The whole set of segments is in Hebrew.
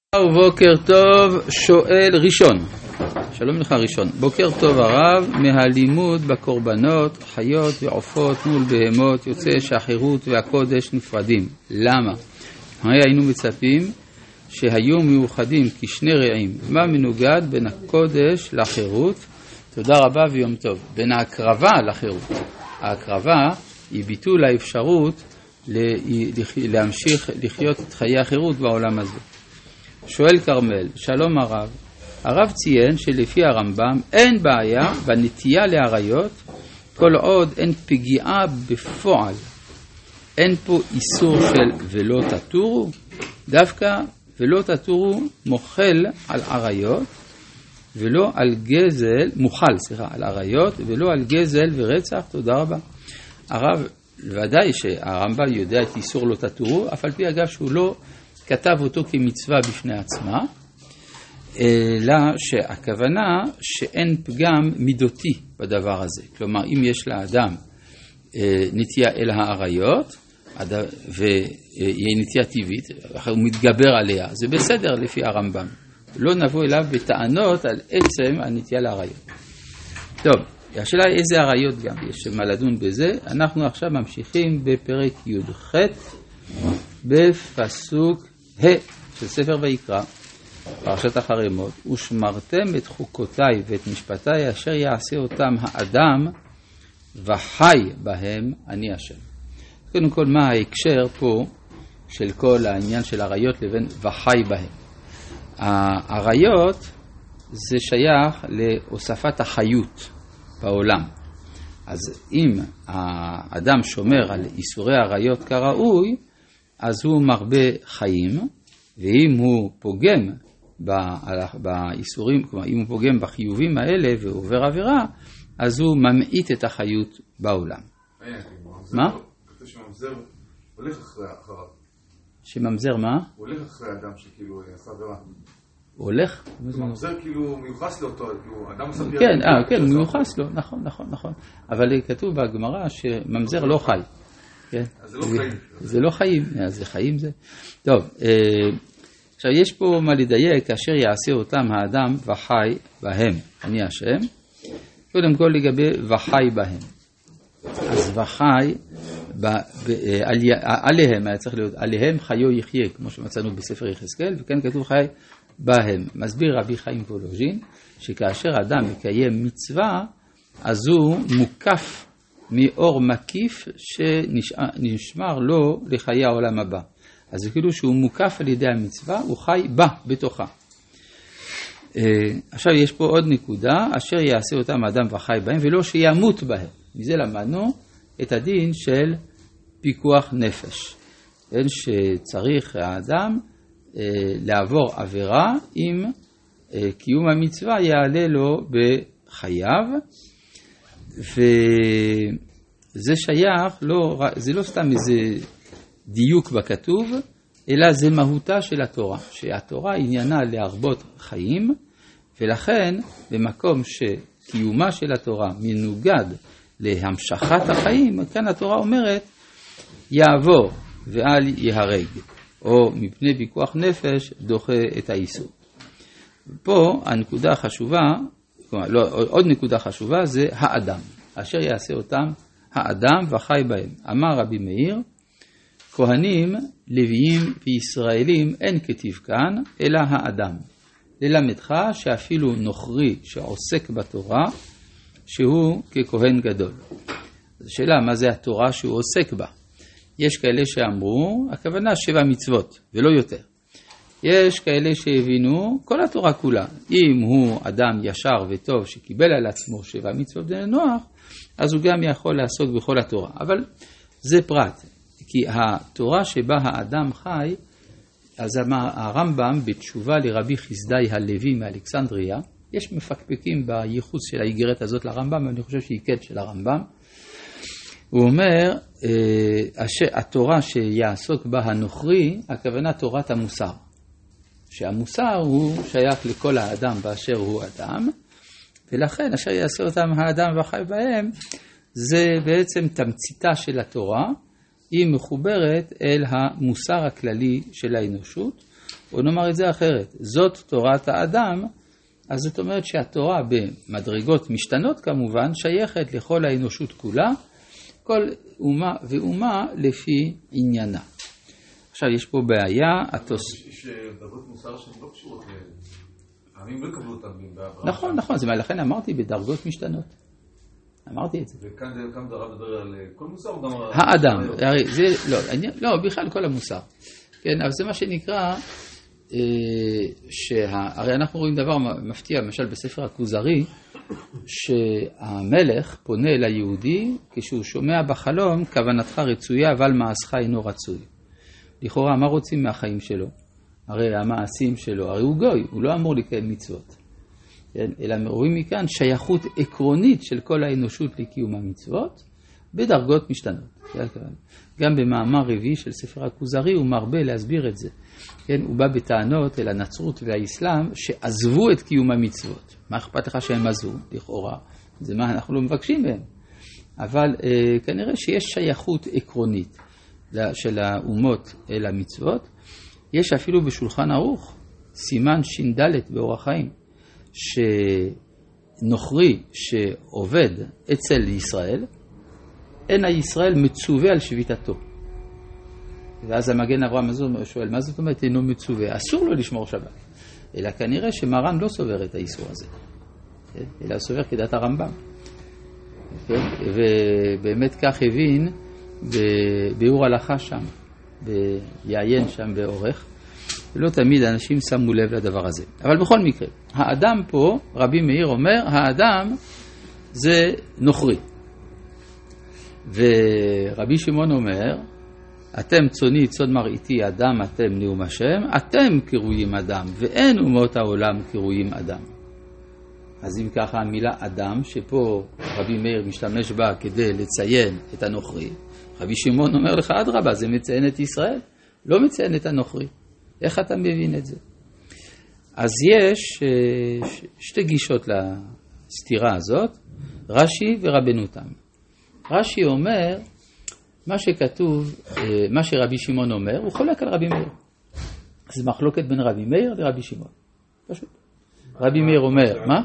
בוקר טוב, שואל ראשון. שלום לך ראשון. בוקר טוב הרב, מהלימוד בקורבנות, חיות ועופות מול בהמות, יוצא שהחירות והקודש נפרדים. למה? היינו מצפים שהיו מיוחדים כשני רעים. מה מנוגד בין הקודש לחירות? תודה רבה ויום טוב. בין ההקרבה לחירות. ההקרבה היא ביטול האפשרות להמשיך לחיות את חיי החירות בעולם הזה. שואל קרמל, שלום הרב, הרב ציין שלפי הרמב"ם אין בעיה בנטייה לעריות כל עוד אין פגיעה בפועל. אין פה איסור של ולא תטורו, דווקא ולא תטורו מוחל על עריות ולא על גזל, מוחל על עריות ולא על גזל ורצח. תודה רבה. הרב, ודאי שהרמב"ם יודע את איסור לא תטורו, אף על פי אגב שהוא לא כתב אותו כמצווה בפני עצמה, אלא שהכוונה שאין פגם מידותי בדבר הזה. כלומר, אם יש לאדם נטייה אל העריות, והיא נטייה טבעית, הוא מתגבר עליה, זה בסדר לפי הרמב"ם. לא נבוא אליו בטענות על עצם הנטייה לעריות. טוב, השאלה היא איזה עריות גם, יש מה לדון בזה. אנחנו עכשיו ממשיכים בפרק י"ח, בפסוק של ספר ויקרא, פרשת החרמות, ושמרתם את חוקותיי ואת משפטיי אשר יעשה אותם האדם וחי בהם אני השם. קודם כל, מה ההקשר פה של כל העניין של עריות לבין וחי בהם? העריות זה שייך להוספת החיות בעולם. אז אם האדם שומר על איסורי עריות כראוי, אז הוא מרבה חיים, ואם הוא פוגם באיסורים, כלומר אם הוא פוגם בחיובים האלה ועובר עבירה, אז הוא ממעיט את החיות בעולם. מה? שממזר הולך אחריו. שממזר מה? הוא הולך אחרי אדם שכאילו עשה עבירה. הוא הולך? ממזר כאילו מיוחס לאותו, כאילו אדם עשה עבירה. כן, מיוחס לו, נכון. אבל כתוב בגמרא שממזר לא חי. כן? אז זה לא חיים. זה לא חיים, אז זה חיים זה. טוב, עכשיו יש פה מה לדייק, כאשר יעשה אותם האדם וחי בהם, אני השם. קודם כל לגבי וחי בהם. אז וחי, עליהם, היה צריך להיות, עליהם חיו יחיה, כמו שמצאנו בספר יחזקאל, וכן כתוב חי בהם. מסביר רבי חיים וולוז'ין, שכאשר אדם מקיים מצווה, אז הוא מוקף מאור מקיף שנשמר לו לחיי העולם הבא. אז זה כאילו שהוא מוקף על ידי המצווה, הוא חי בה, בתוכה. עכשיו יש פה עוד נקודה, אשר יעשה אותם האדם וחי בהם, ולא שימות בהם. מזה למדנו את הדין של פיקוח נפש. אין שצריך האדם לעבור עבירה, אם קיום המצווה יעלה לו בחייו, וזה שייך, זה לא סתם איזה דיוק בכתוב, אלא זה מהותה של התורה, שהתורה עניינה להרבות חיים, ולכן במקום שקיומה של התורה מנוגד להמשכת החיים, כאן התורה אומרת יעבור ואל יהרג, או מפני פיקוח נפש דוחה את האיסור. פה הנקודה החשובה, עוד נקודה חשובה זה האדם, אשר יעשה אותם האדם וחי בהם. אמר רבי מאיר, כהנים, לוויים וישראלים אין כתיב כאן, אלא האדם. ללמדך שאפילו נוכרי שעוסק בתורה, שהוא ככהן גדול. אז השאלה, מה זה התורה שהוא עוסק בה? יש כאלה שאמרו, הכוונה 7 מצוות, ולא יותר. יש כאלה שהבינו כל התורה כולה. אם הוא אדם ישר וטוב שקיבל על עצמו 7 מצוות בני נוח, אז הוא גם יכול לעסוק בכל התורה. אבל זה פרט, כי התורה שבה האדם חי, אז הרמב"ם בתשובה לרבי חסדאי הלוי מאלכסנדריה, יש מפקפקים בייחוס של האיגרת הזאת לרמב"ם, אני חושב שהיא קד של הרמב"ם. הוא אומר, התורה שיעסוק בה הנוכרי, הכוונה תורת המוסר. שהמוסר הוא שייך לכל האדם באשר הוא אדם, ולכן אשר יעשה אותם האדם וחי בהם, זה בעצם תמציתה של התורה, היא מחוברת אל המוסר הכללי של האנושות, או נאמר את זה אחרת, זאת תורת האדם, אז זאת אומרת שהתורה במדרגות משתנות כמובן, שייכת לכל האנושות כולה, כל אומה ואומה לפי עניינה. עכשיו יש פה בעיה, יש דרגות מוסר שהן לא קשורות, העמים לא יקבלו אותם. נכון, נכון, זה לכן אמרתי בדרגות משתנות. אמרתי את זה. וכאן דרב מדבר על כל מוסר או גם... האדם, זה לא, בכלל כל המוסר. כן, אבל זה מה שנקרא, הרי אנחנו רואים דבר מפתיע, למשל בספר הכוזרי, שהמלך פונה אל היהודי כשהוא שומע בחלום, כוונתך רצויה אבל מעשך אינו רצוי. לכאורה, מה רוצים מהחיים שלו? הרי המעשים שלו, הרי הוא גוי, הוא לא אמור לקיים מצוות. כן? אלא רואים מכאן שייכות עקרונית של כל האנושות לקיום המצוות, בדרגות משתנות. גם במאמר רביעי של ספר הכוזרי הוא מרבה להסביר את זה. כן? הוא בא בטענות אל הנצרות והאסלאם שעזבו את קיום המצוות. מה אכפת לך שהם עזבו? לכאורה. זה מה אנחנו לא מבקשים מהם. אבל כנראה שיש שייכות עקרונית של האומות אל המצוות. יש אפילו בשולחן ערוך סימן ש"ד באורח חיים, שנוכרי שעובד אצל ישראל, אין הישראל מצווה על שביתתו. ואז המגן אברהם הזו שואל, מה זאת אומרת אינו מצווה? אסור לו לשמור שבת. אלא כנראה שמרן לא סובר את האיסור הזה. אלא סובר כדת הרמב"ם. ובאמת כך הבין בביאור הלכה שם, יעיין שם באורך, ולא תמיד אנשים שמו לב לדבר הזה. אבל בכל מקרה, האדם פה, רבי מאיר אומר, האדם זה נוכרי. ורבי שמעון אומר, אתם צוני צאן מרעיתי אדם, אתם נאום השם, אתם קרויים אדם, ואין אומות העולם קרויים אדם. אז אם ככה המילה אדם, שפה רבי מאיר משתמש בה כדי לציין את הנוכרי, רבי שמעון אומר לך, אדרבה, זה מציין את ישראל, לא מציין את הנוכרי. איך אתה מבין את זה? אז יש שתי גישות לסתירה הזאת, רש"י ורבנו תם. רש"י אומר, מה שכתוב, מה שרבי שמעון אומר, הוא חולק על רבי מאיר. אז מחלוקת בין רבי מאיר לרבי שמעון. פשוט. רבי מאיר אומר, מה?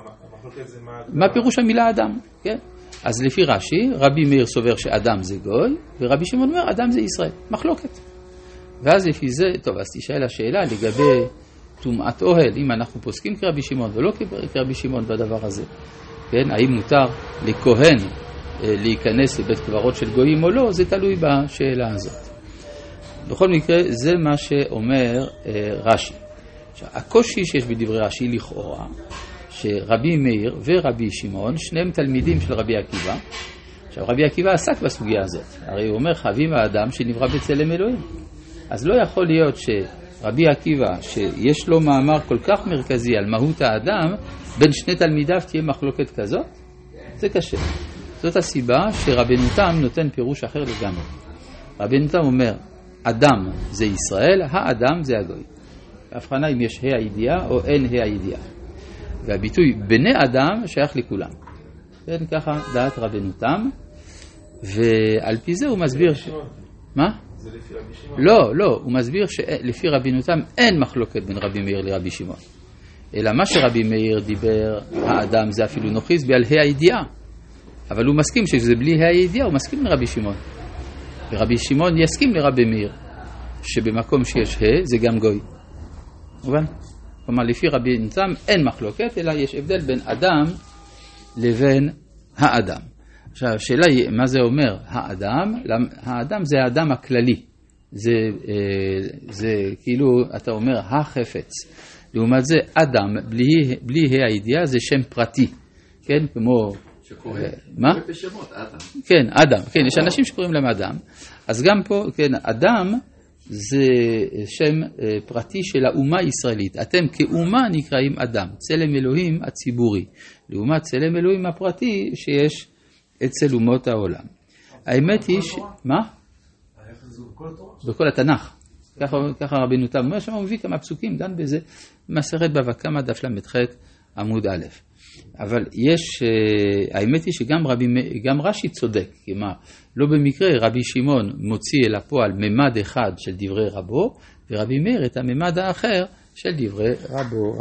מה פירוש המילה אדם? כן? אז לפי רש"י, רבי מאיר סובר שאדם זה גוי, ורבי שמעון אומר, אדם זה ישראל. מחלוקת. ואז לפי זה, טוב, אז תשאל השאלה לגבי טומאת אוהל, אם אנחנו פוסקים כרבי שמעון ולא כרבי שמעון בדבר הזה. כן? האם מותר לכהן להיכנס לבית קברות של גויים או לא, זה תלוי בשאלה הזאת. בכל מקרה, זה מה שאומר רש"י. עכשיו, הקושי שיש בדברי רש"י לכאורה, שרבי מאיר ורבי שמעון, שניהם תלמידים של רבי עקיבא. עכשיו, רבי עקיבא עסק בסוגיה הזאת. הרי הוא אומר, חביב האדם שנברא בצלם אלוהים. אז לא יכול להיות שרבי עקיבא, שיש לו מאמר כל כך מרכזי על מהות האדם, בין שני תלמידיו תהיה מחלוקת כזאת? זה קשה. זאת הסיבה שרבנו תם נותן פירוש אחר לגמרי. רבנו תם אומר, אדם זה ישראל, האדם זה הגוי. ההבחנה אם יש ה' הידיעה או אין ה' הידיעה. והביטוי בני אדם שייך לכולם. כן, ככה דעת רבנו תם, ועל פי זה הוא מסביר מה? זה לפי רבי שמעון? לא, הוא מסביר שלפי רבנו תם אין מחלוקת בין רבי מאיר לרבי שמעון. אלא מה שרבי מאיר דיבר, האדם זה אפילו נוכיס בעל ה' הידיעה. אבל הוא מסכים שזה בלי ה' הידיעה, הוא מסכים לרבי שמעון. ורבי שמעון יסכים לרבי מאיר, שבמקום שיש ה' זה גם גוי. מובן? כלומר, לפי רבי תם אין מחלוקת, אלא יש הבדל בין אדם לבין האדם. עכשיו, השאלה היא, מה זה אומר האדם? האדם זה האדם הכללי. זה כאילו, אתה אומר, החפץ. לעומת זה, אדם, בלי הידיעה, זה שם פרטי. כן, כמו... מה? כן, אדם. כן, יש אנשים שקוראים להם אדם. אז גם פה, כן, אדם זה שם פרטי של האומה הישראלית. אתם כאומה נקראים אדם. צלם אלוהים הציבורי. לעומת צלם אלוהים הפרטי שיש אצל אומות העולם. האמת היא ש... מה? בכל התנ"ך. ככה רבינו תם אומר, שם הוא מביא כמה פסוקים, דן בזה, מסכת בבא קמא דף ל"ח עמוד א'. אבל יש, האמת היא שגם רש"י צודק, כלומר, לא במקרה רבי שמעון מוציא אל הפועל ממד אחד של דברי רבו, ורבי מאיר את הממד האחר של דברי רבו.